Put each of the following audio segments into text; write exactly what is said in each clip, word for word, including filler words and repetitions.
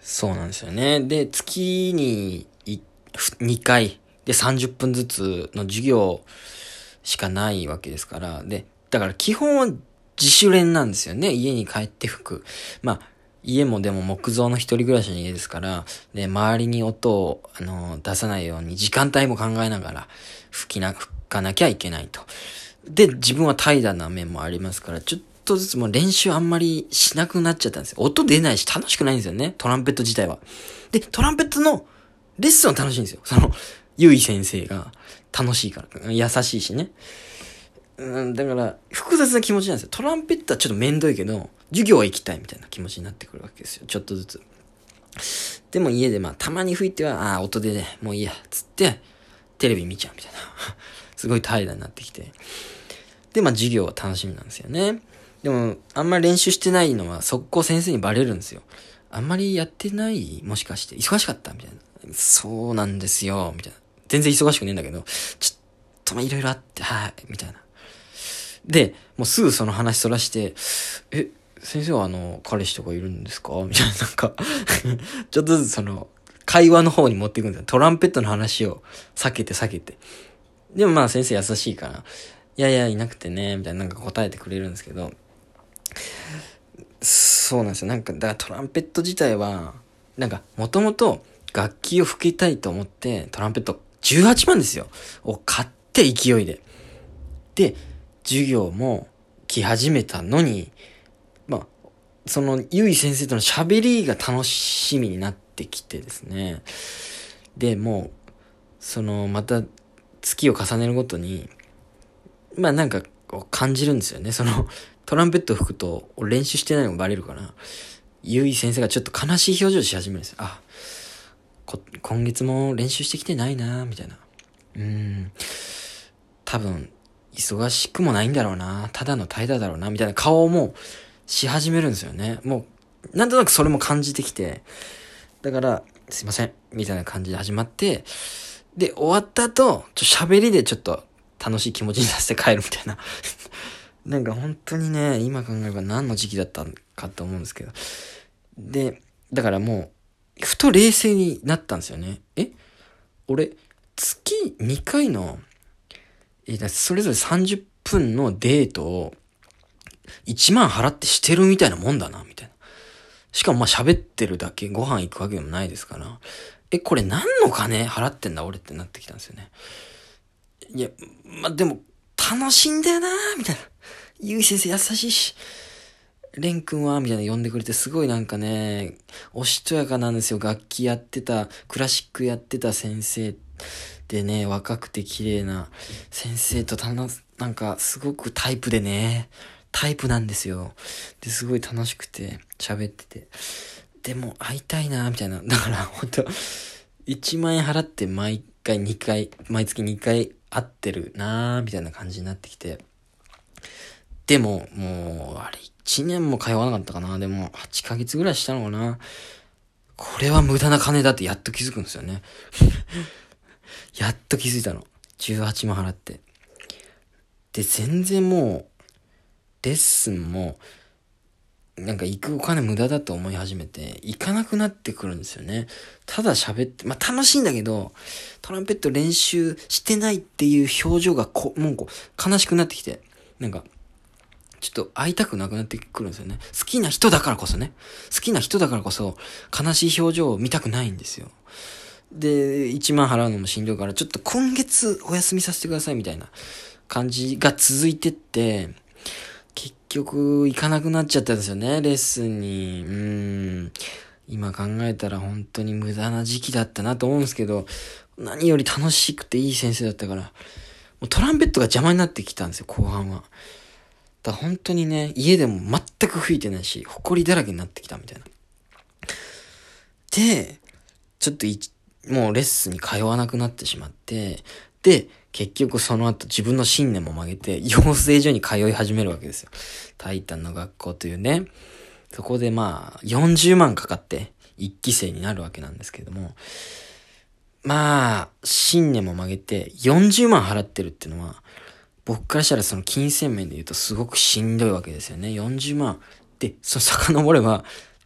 そうなんですよね。で、月ににかいでさんじゅっぷんずつの授業しかないわけですから。で、だから基本は自主練なんですよね。家に帰って吹く。まあ、家もでも木造の一人暮らしの家ですから、で、周りに音を、あの、出さないように時間帯も考えながら吹きな、吹かなきゃいけないと。で、自分は怠惰な面もありますから、ちょっとずつもう練習あんまりしなくなっちゃったんですよ。音出ないし楽しくないんですよね。トランペット自体は。で、トランペットのレッスンは楽しいんですよ。その、ゆい先生が楽しいから。優しいしね。うん、だから、複雑な気持ちなんですよ。トランペットはちょっとめんどいけど、授業は行きたいみたいな気持ちになってくるわけですよ。ちょっとずつ。でも家でまあ、たまに吹いては、ああ、音でね、もういいや、つって、テレビ見ちゃうみたいな。すごい怠惰になってきて。で、まあ、授業は楽しみなんですよね。でも、あんまり練習してないのは、速攻先生にバレるんですよ。あんまりやってないもしかして。忙しかったみたいな。そうなんですよ。みたいな。全然忙しくねえんだけど、ちょっとま、いろいろあって、はい、みたいな。で、もうすぐその話そらして、え、先生はあの、彼氏とかいるんですかみたいな、なんかちょっとずつその、会話の方に持っていくんですよ。トランペットの話を避けて避けて。でもまあ先生優しいから、いやいや、いなくてね、みたいななんか答えてくれるんですけど、そうなんですよ。なんか、だからトランペット自体は、なんか、もともと楽器を吹きたいと思って、トランペットじゅうはちまんですよ。を買って勢いで。で、授業も来始めたのに、まあ、その、ゆい先生との喋りが楽しみになってきてですね。で、もう、その、また、月を重ねるごとに、まあなんか、感じるんですよね。その、トランペット吹くと、練習してないのがバレるから、ゆい先生がちょっと悲しい表情し始めるんですよ。あ、今月も練習してきてないなみたいな。うーん。多分、忙しくもないんだろうなただの怠惰だろうなみたいな顔もし始めるんですよね。もう、なんとなくそれも感じてきて。だから、すいません。みたいな感じで始まって、で、終わった後、ちょ喋りでちょっと楽しい気持ちにさせて帰るみたいな。なんか本当にね、今考えれば何の時期だったかと思うんですけど。で、だからもう、ふと冷静になったんですよね。え俺、月にかいの、え、それぞれさんじゅっぷんのデートをいちまん払ってしてるみたいなもんだな、みたいな。しかもまあ喋ってるだけ、ご飯行くわけでもないですから。え、これ何の金払ってんだ俺ってなってきたんですよね。いや、まあ、でも、楽しいんだよなみたいな。ゆい先生優しいし。レン君はみたいな呼んでくれてすごいなんかね、おしとやかなんですよ。楽器やってた、クラシックやってた先生でね、若くて綺麗な先生とたな、なんかすごくタイプでね、タイプなんですよ。で、すごい楽しくて喋ってて。でも会いたいなみたいな。だから本当いちまん円払って毎回にかい、毎月にかい会ってるなみたいな感じになってきて。でも、もう、あれ、いちねんも通わなかったかな。でも、はちかげつぐらいしたのかな。これは無駄な金だってやっと気づくんですよね。やっと気づいたの。じゅうはちまん払って。で、全然もう、レッスンも、なんか行くお金無駄だと思い始めて、行かなくなってくるんですよね。ただ喋って、まあ楽しいんだけど、トランペット練習してないっていう表情がこ、もうこう、悲しくなってきて、なんか、ちょっと会いたくなくなってくるんですよね。好きな人だからこそね。好きな人だからこそ、悲しい表情を見たくないんですよ。で、いちまん払うのもしんどいから、ちょっと今月お休みさせてくださいみたいな感じが続いてって、結局行かなくなっちゃったんですよね、レッスンに。うーん。今考えたら本当に無駄な時期だったなと思うんですけど、何より楽しくていい先生だったから、もうトランペットが邪魔になってきたんですよ、後半は。だから本当にね、家でも全く吹いてないし、埃だらけになってきたみたいな。で、ちょっといもうレッスンに通わなくなってしまって、で、結局その後自分の信念も曲げて、養成所に通い始めるわけですよ。タイタンの学校というね。そこでまあ、よんじゅうまんかかって一期生になるわけなんですけども、まあ、信念も曲げてよんじゅうまん払ってるっていうのは、僕からしたらその金銭面で言うとすごくしんどいわけですよね。よんじゅうまん。で、その遡れば、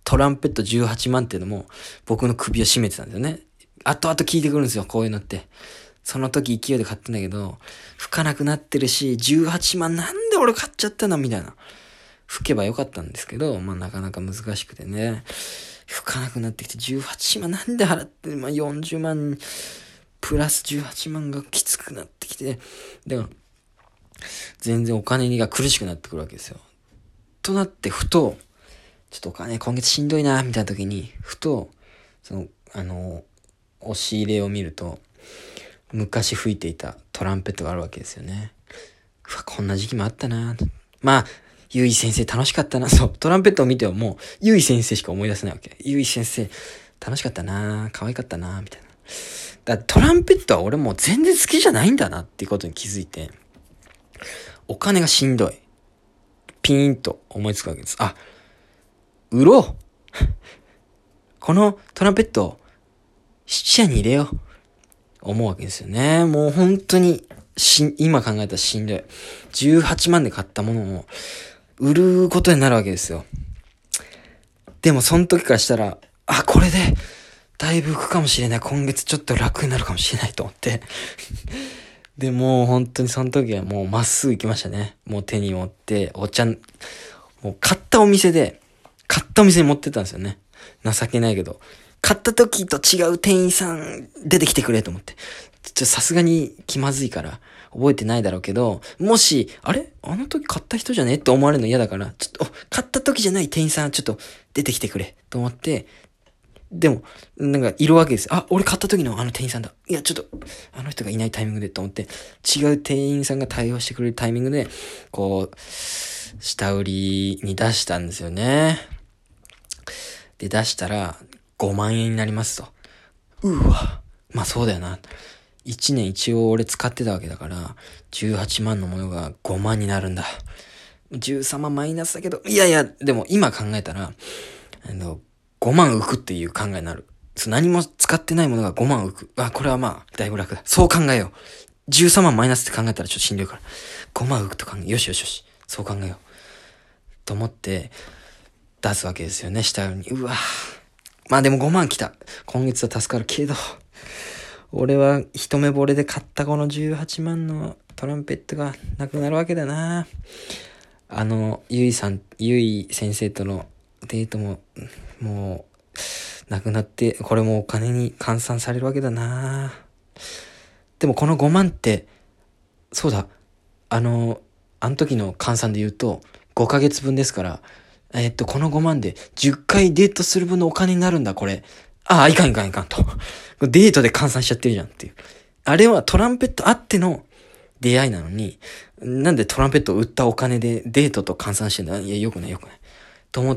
トランペットじゅうはちまんっていうのも僕の首を絞めてたんですよね。後々聞いてくるんですよ、こういうのって。その時勢いで買ったんだけど、吹かなくなってるし、じゅうはちまんなんで俺買っちゃったのみたいな。吹けばよかったんですけど、まあなかなか難しくてね。吹かなくなってきてじゅうはちまんなんで払って、まあよんじゅうまんプラスじゅうはちまんがきつくなってきて、だから全然お金が苦しくなってくるわけですよ。となってふと、ちょっとお金今月しんどいなみたいな時に、ふと、その、あの、押し入れを見ると、昔吹いていたトランペットがあるわけですよね。うわ、こんな時期もあったな。まあ、ゆい先生楽しかったな。そう、トランペットを見てはもう、ゆい先生しか思い出せないわけ。ゆい先生、楽しかったな。可愛かったな。みたいな。だからトランペットは俺もう全然好きじゃないんだなっていうことに気づいて、お金がしんどい。ピーンと思いつくわけです。あ、売ろうこのトランペットを視野に入れよう。思うわけですよね。もう本当にし、今考えたらしんどい。じゅうはちまんで買ったものを売ることになるわけですよ。でもその時からしたら、あ、これでだいぶ浮くかもしれない。今月ちょっと楽になるかもしれないと思って。で、もう本当にその時はもうまっすぐ行きましたね。もう手に持って、お茶、もう買ったお店で、買ったお店に持ってったんですよね。情けないけど。買った時と違う店員さん出てきてくれと思って。ちょっとさすがに気まずいから覚えてないだろうけど、もし、あれあの時買った人じゃねって思われるの嫌だから、ちょっと、買った時じゃない店員さんちょっと出てきてくれと思って、でも、なんかいるわけです。あ、俺買った時のあの店員さんだ。いや、ちょっと、あの人がいないタイミングでと思って、違う店員さんが対応してくれるタイミングで、こう、下売りに出したんですよね。で、出したら、ごまんえんになりますと。うわ。まあそうだよな。いちねん一応俺使ってたわけだから、じゅうはちまんのものがごまんになるんだ。じゅうさんまんマイナスだけど、いやいや、でも今考えたら、あの、ごまん浮くっていう考えになる。何も使ってないものがごまん浮く。あ、これはまあ、だいぶ楽だ。そう考えよう。じゅうさんまんマイナスって考えたらちょっとしんどいから。ごまん浮くと考え、よしよしよし。そう考えよう。と思って、出すわけですよね、下に。うわまあでもごまん来た。今月は助かるけど、俺は一目惚れで買ったこのじゅうはちまんのトランペットがなくなるわけだな。あの、ゆいさん、ゆい先生とのデートも、もう、なくなって、これもお金に換算されるわけだな。でもこのごまんって、そうだ、あの、あの時の換算で言うと、ごかげつぶんですから、えっと、このごまんでじゅっかいデートする分のお金になるんだ、これ。ああ、いかんいかんいかんと。デートで換算しちゃってるじゃんっていう。あれはトランペットあっての出会いなのに、なんでトランペットを売ったお金でデートと換算してんだいや、よくないよくない。と思って、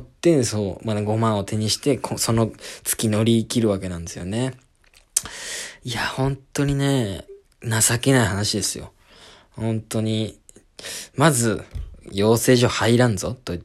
そう、まだごまんを手にして、その月乗り切るわけなんですよね。いや、本当にね、情けない話ですよ。本当に。まず、養成所入らんぞと言って、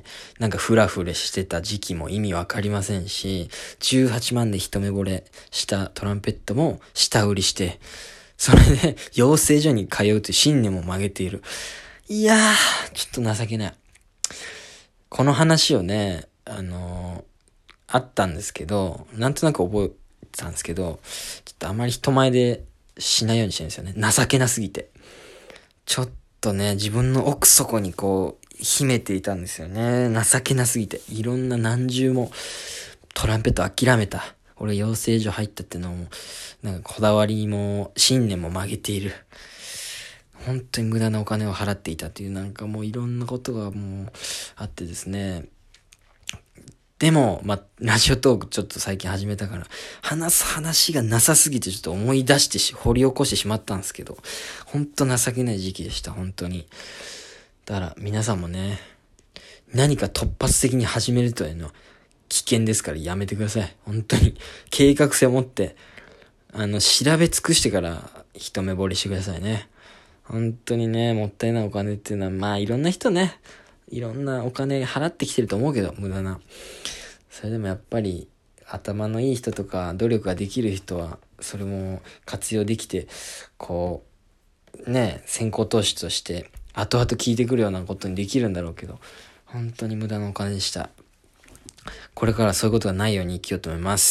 なんかフラフラしてた時期も意味わかりませんし、じゅうはちまんで一目惚れしたトランペットも下売りして、それで養成所に通うという信念も曲げている。いやー、ちょっと情けない。この話をね、あのー、あったんですけど、なんとなく覚えてたんですけど、ちょっとあまり人前でしないようにしてるんですよね。情けなすぎて。ちょっとね、自分の奥底にこう、秘めていたんですよね。情けなすぎて。いろんな何重もトランペット諦めた。俺養成所入ったってのも、なんかこだわりも信念も曲げている。本当に無駄なお金を払っていたっていう、なんかもういろんなことがもうあってですね。でも、まあ、ラジオトークちょっと最近始めたから、話す話がなさすぎてちょっと思い出してし、掘り起こしてしまったんですけど、ほんと情けない時期でした、本当に。だから皆さんもね、何か突発的に始めるというのは危険ですからやめてください。本当に。計画性を持って、あの、調べ尽くしてから一目惚れしてくださいね。本当にね、もったいないお金っていうのは、まあいろんな人ね、いろんなお金払ってきてると思うけど、無駄な。それでもやっぱり、頭のいい人とか、努力ができる人は、それも活用できて、こう、ね、先行投資として、後々効いてくるようなことにできるんだろうけど、本当に無駄なお金でした。 これからそういうことがないように生きようと思います。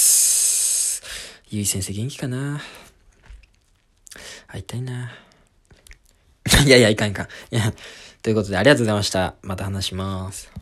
ゆい先生元気かな？会いたいな。いやいや、いかんいかん。いや、ということでありがとうございました。また話します。